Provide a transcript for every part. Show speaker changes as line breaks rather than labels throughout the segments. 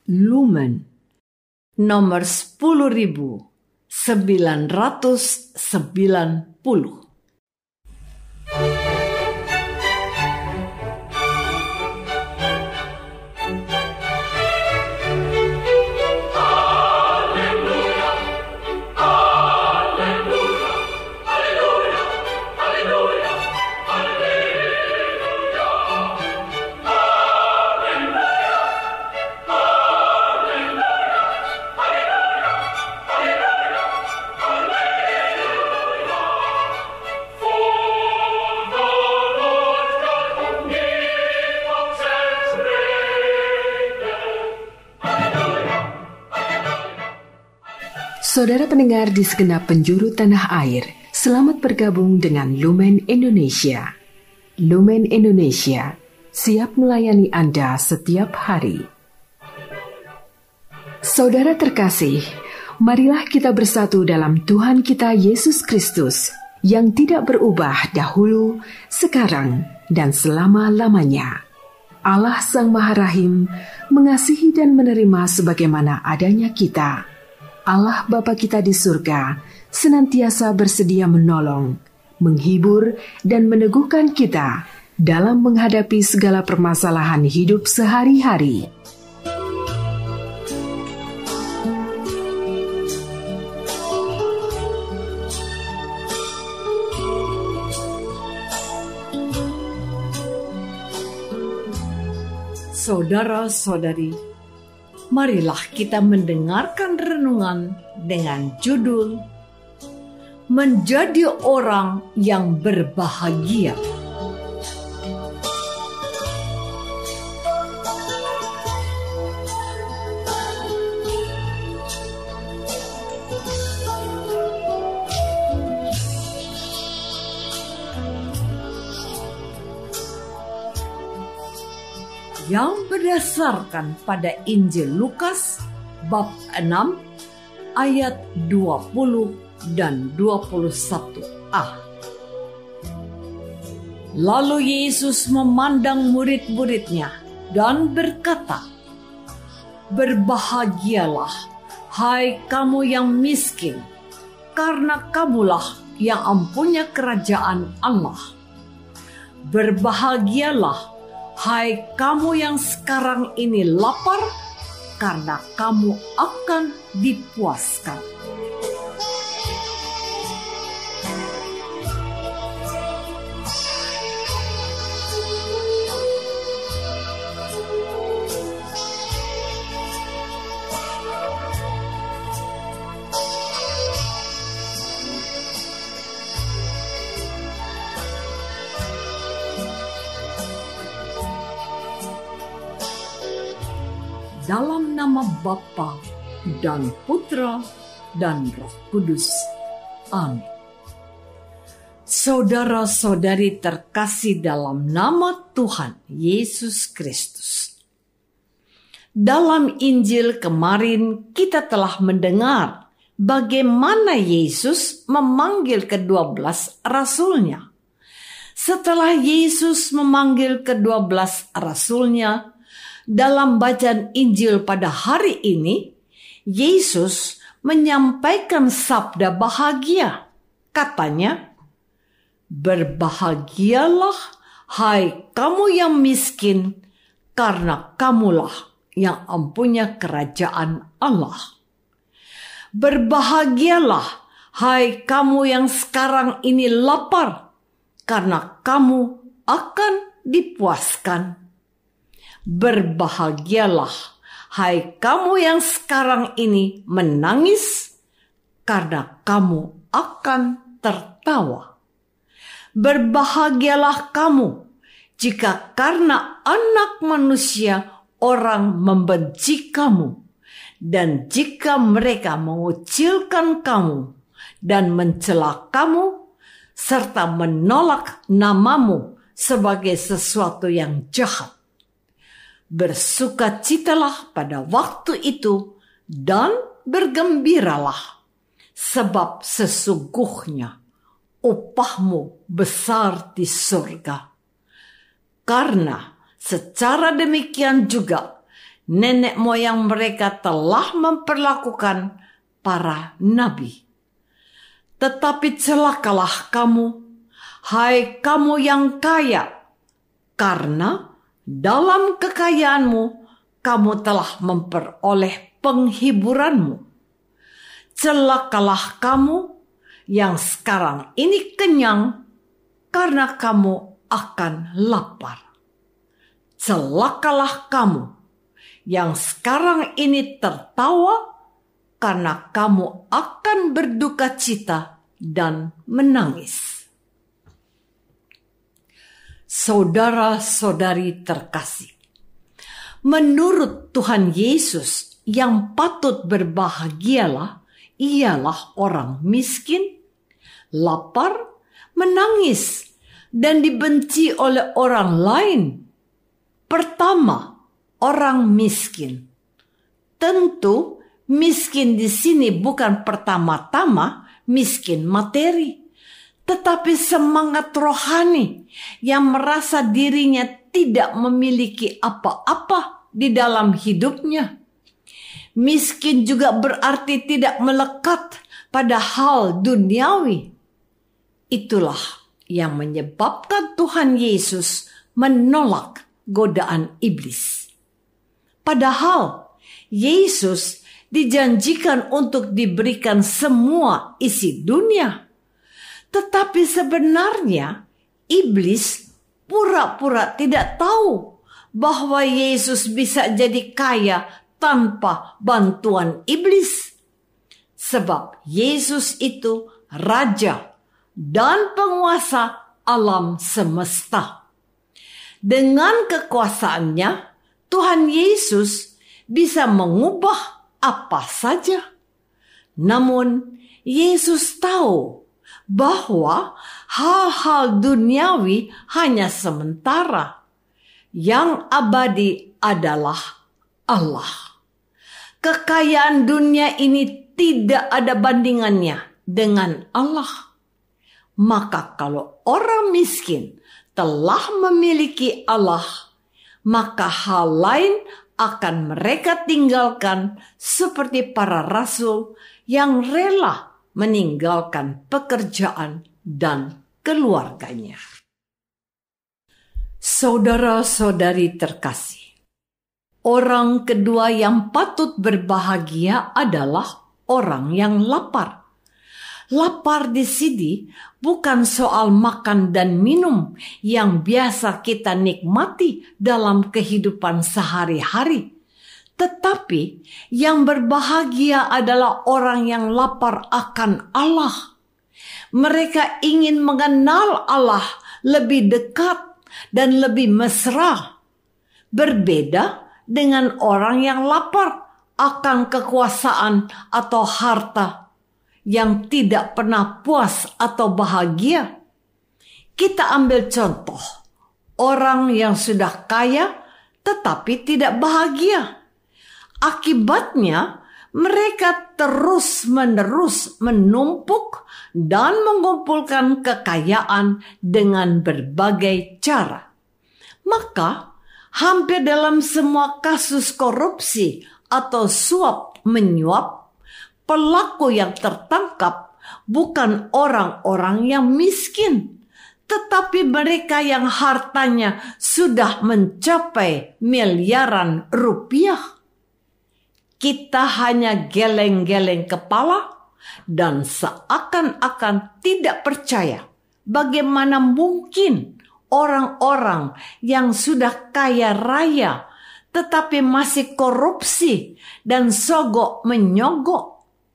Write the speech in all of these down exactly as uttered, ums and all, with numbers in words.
Lumen nomor sepuluh ribu sembilan ratus sembilan puluh.
Saudara pendengar di segenap penjuru tanah air, selamat bergabung dengan Lumen Indonesia. Lumen Indonesia siap melayani Anda setiap hari. Saudara terkasih, marilah kita bersatu dalam Tuhan kita Yesus Kristus yang tidak berubah dahulu, sekarang, dan selama-lamanya. Allah Sang Maha Rahim mengasihi dan menerima sebagaimana adanya kita. Allah Bapa kita di surga senantiasa bersedia menolong, menghibur, dan meneguhkan kita dalam menghadapi segala permasalahan hidup sehari-hari.
Saudara-saudari, marilah kita mendengarkan renungan dengan judul Menjadi Orang yang Berbahagia. Yang berdasarkan pada Injil Lukas bab enam ayat dua puluh dan dua puluh satu a. Lalu Yesus memandang murid-muridnya dan berkata, "Berbahagialah, hai kamu yang miskin, karena kamulah yang empunya kerajaan Allah. Berbahagialah, hai kamu yang sekarang ini lapar, karena kamu akan dipuaskan. Dalam nama Bapa dan Putra dan Roh Kudus. Amin." Saudara-saudari terkasih dalam nama Tuhan Yesus Kristus. Dalam Injil kemarin kita telah mendengar bagaimana Yesus memanggil kedua belas rasulnya. Setelah Yesus memanggil kedua belas rasulnya, dalam bacaan Injil pada hari ini, Yesus menyampaikan sabda bahagia. Katanya, "Berbahagialah, hai kamu yang miskin, karena kamulah yang empunya kerajaan Allah. Berbahagialah, hai kamu yang sekarang ini lapar, karena kamu akan dipuaskan. Berbahagialah, hai kamu yang sekarang ini menangis, karena kamu akan tertawa. Berbahagialah kamu jika karena Anak Manusia orang membenci kamu, dan jika mereka mengucilkan kamu dan mencela kamu, serta menolak namamu sebagai sesuatu yang jahat. Bersukacitalah pada waktu itu dan bergembiralah, sebab sesungguhnya upahmu besar di surga. Karena secara demikian juga nenek moyang mereka telah memperlakukan para nabi. Tetapi celakalah kamu, hai kamu yang kaya, karena dalam kekayaanmu kamu telah memperoleh penghiburanmu. Celakalah kamu yang sekarang ini kenyang, karena kamu akan lapar. Celakalah kamu yang sekarang ini tertawa, karena kamu akan berduka cita dan menangis. Saudara-saudari terkasih, menurut Tuhan Yesus, yang patut berbahagialah ialah orang miskin, lapar, menangis, dan dibenci oleh orang lain. Pertama, orang miskin. Tentu miskin di sini bukan pertama-tama miskin materi, tetapi semangat rohani yang merasa dirinya tidak memiliki apa-apa di dalam hidupnya. Miskin juga berarti tidak melekat pada hal duniawi. Itulah yang menyebabkan Tuhan Yesus menolak godaan iblis. Padahal Yesus dijanjikan untuk diberikan semua isi dunia. Tetapi sebenarnya iblis pura-pura tidak tahu bahwa Yesus bisa jadi kaya tanpa bantuan iblis. Sebab Yesus itu raja dan penguasa alam semesta. Dengan kekuasaannya, Tuhan Yesus bisa mengubah apa saja. Namun, Yesus tahu bahwa hal-hal duniawi hanya sementara. Yang abadi adalah Allah. Kekayaan dunia ini tidak ada bandingannya dengan Allah. Maka kalau orang miskin telah memiliki Allah, maka hal lain akan mereka tinggalkan, seperti para rasul yang rela meninggalkan pekerjaan dan keluarganya. Saudara-saudari terkasih, orang kedua yang patut berbahagia adalah orang yang lapar. Lapar di sini bukan soal makan dan minum yang biasa kita nikmati dalam kehidupan sehari-hari. Tetapi yang berbahagia adalah orang yang lapar akan Allah. Mereka ingin mengenal Allah lebih dekat dan lebih mesra. Berbeda dengan orang yang lapar akan kekuasaan atau harta, yang tidak pernah puas atau bahagia. Kita ambil contoh orang yang sudah kaya tetapi tidak bahagia. Akibatnya mereka terus-menerus menumpuk dan mengumpulkan kekayaan dengan berbagai cara. Maka hampir dalam semua kasus korupsi atau suap menyuap, pelaku yang tertangkap bukan orang-orang yang miskin, tetapi mereka yang hartanya sudah mencapai miliaran rupiah. Kita hanya geleng-geleng kepala dan seakan-akan tidak percaya bagaimana mungkin orang-orang yang sudah kaya raya tetapi masih korupsi dan sogok menyogok.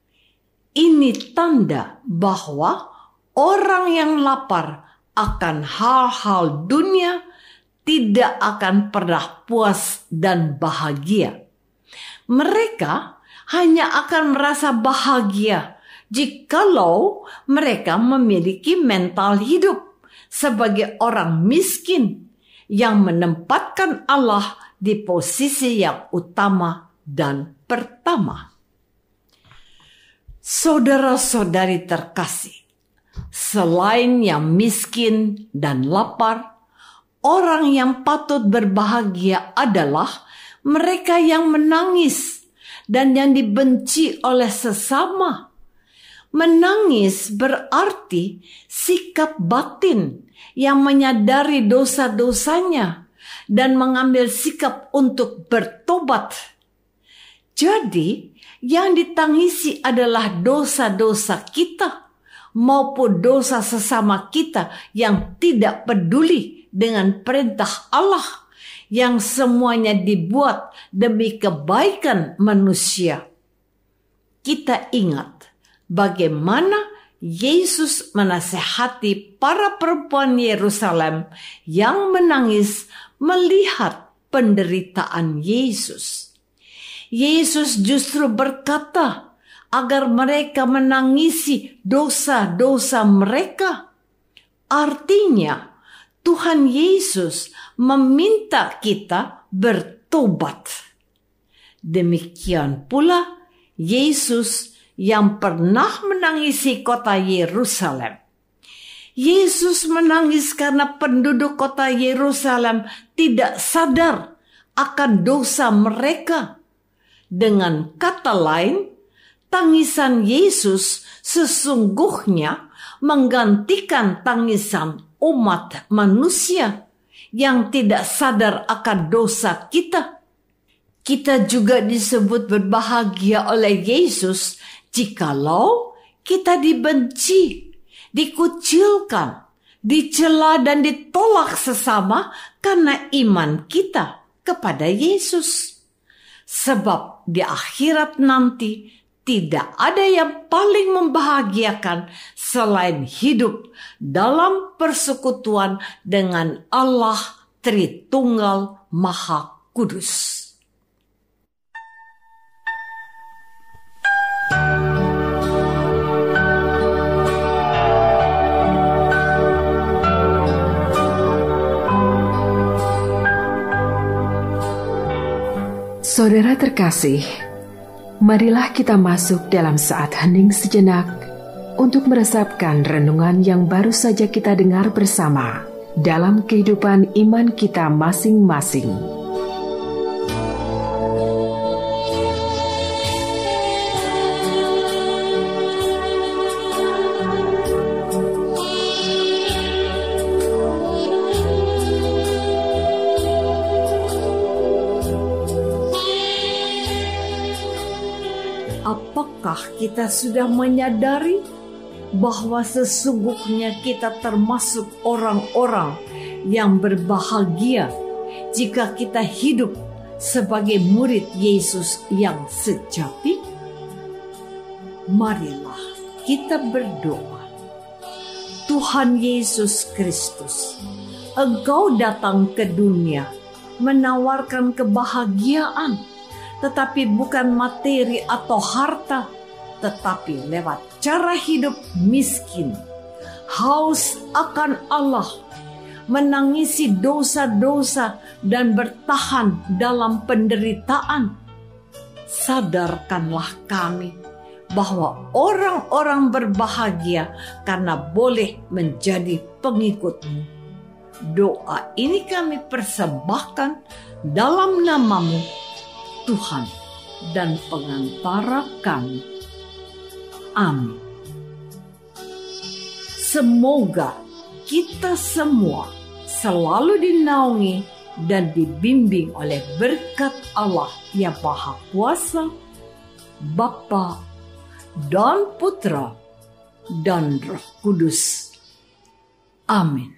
Ini tanda bahwa orang yang lapar akan hal-hal dunia tidak akan pernah puas dan bahagia. Mereka hanya akan merasa bahagia jikalau mereka memiliki mental hidup sebagai orang miskin yang menempatkan Allah di posisi yang utama dan pertama. Saudara-saudari terkasih, selain yang miskin dan lapar, orang yang patut berbahagia adalah mereka yang menangis dan yang dibenci oleh sesama. Menangis berarti sikap batin yang menyadari dosa-dosanya dan mengambil sikap untuk bertobat. Jadi, yang ditangisi adalah dosa-dosa kita maupun dosa sesama kita yang tidak peduli dengan perintah Allah, yang semuanya dibuat demi kebaikan manusia. Kita ingat bagaimana Yesus menasehati para perempuan Yerusalem yang menangis melihat penderitaan Yesus. Yesus justru berkata agar mereka menangisi dosa-dosa mereka. Artinya, Tuhan Yesus meminta kita bertobat. Demikian pula Yesus yang pernah menangisi kota Yerusalem. Yesus menangis karena penduduk kota Yerusalem tidak sadar akan dosa mereka. Dengan kata lain, tangisan Yesus sesungguhnya menggantikan tangisan umat manusia yang tidak sadar akan dosa kita. Kita juga disebut berbahagia oleh Yesus jikalau kita dibenci, dikucilkan, dicela dan ditolak sesama karena iman kita kepada Yesus. Sebab di akhirat nanti tidak ada yang paling membahagiakan selain hidup dalam persekutuan dengan Allah Tritunggal Maha Kudus.
Saudara terkasih, marilah kita masuk dalam saat hening sejenak untuk meresapkan renungan yang baru saja kita dengar bersama dalam kehidupan iman kita masing-masing.
Apakah kita sudah menyadari bahwa sesungguhnya kita termasuk orang-orang yang berbahagia jika kita hidup sebagai murid Yesus yang sejati? Marilah kita berdoa. Tuhan Yesus Kristus, Engkau datang ke dunia menawarkan kebahagiaan, tetapi bukan materi atau harta, tetapi lewat cara hidup miskin, haus akan Allah, menangisi dosa-dosa dan bertahan dalam penderitaan. Sadarkanlah kami bahwa orang-orang berbahagia karena boleh menjadi pengikut-Mu. Doa ini kami persembahkan dalam nama-Mu, Tuhan dan pengantara kami. Amin. Semoga kita semua selalu dinaungi dan dibimbing oleh berkat Allah yang Maha Kuasa, Bapa dan Putra dan Roh Kudus. Amin.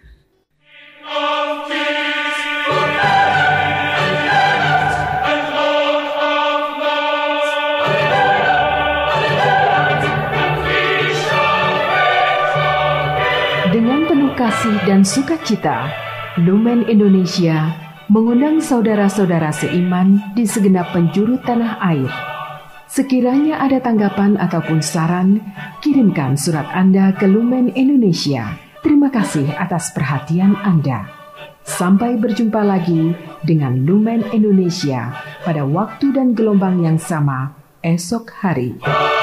Dengan penuh kasih dan sukacita, Lumen Indonesia mengundang saudara-saudara seiman di segenap penjuru tanah air. Sekiranya ada tanggapan ataupun saran, kirimkan surat Anda ke Lumen Indonesia. Terima kasih atas perhatian Anda. Sampai berjumpa lagi dengan Lumen Indonesia pada waktu dan gelombang yang sama esok hari.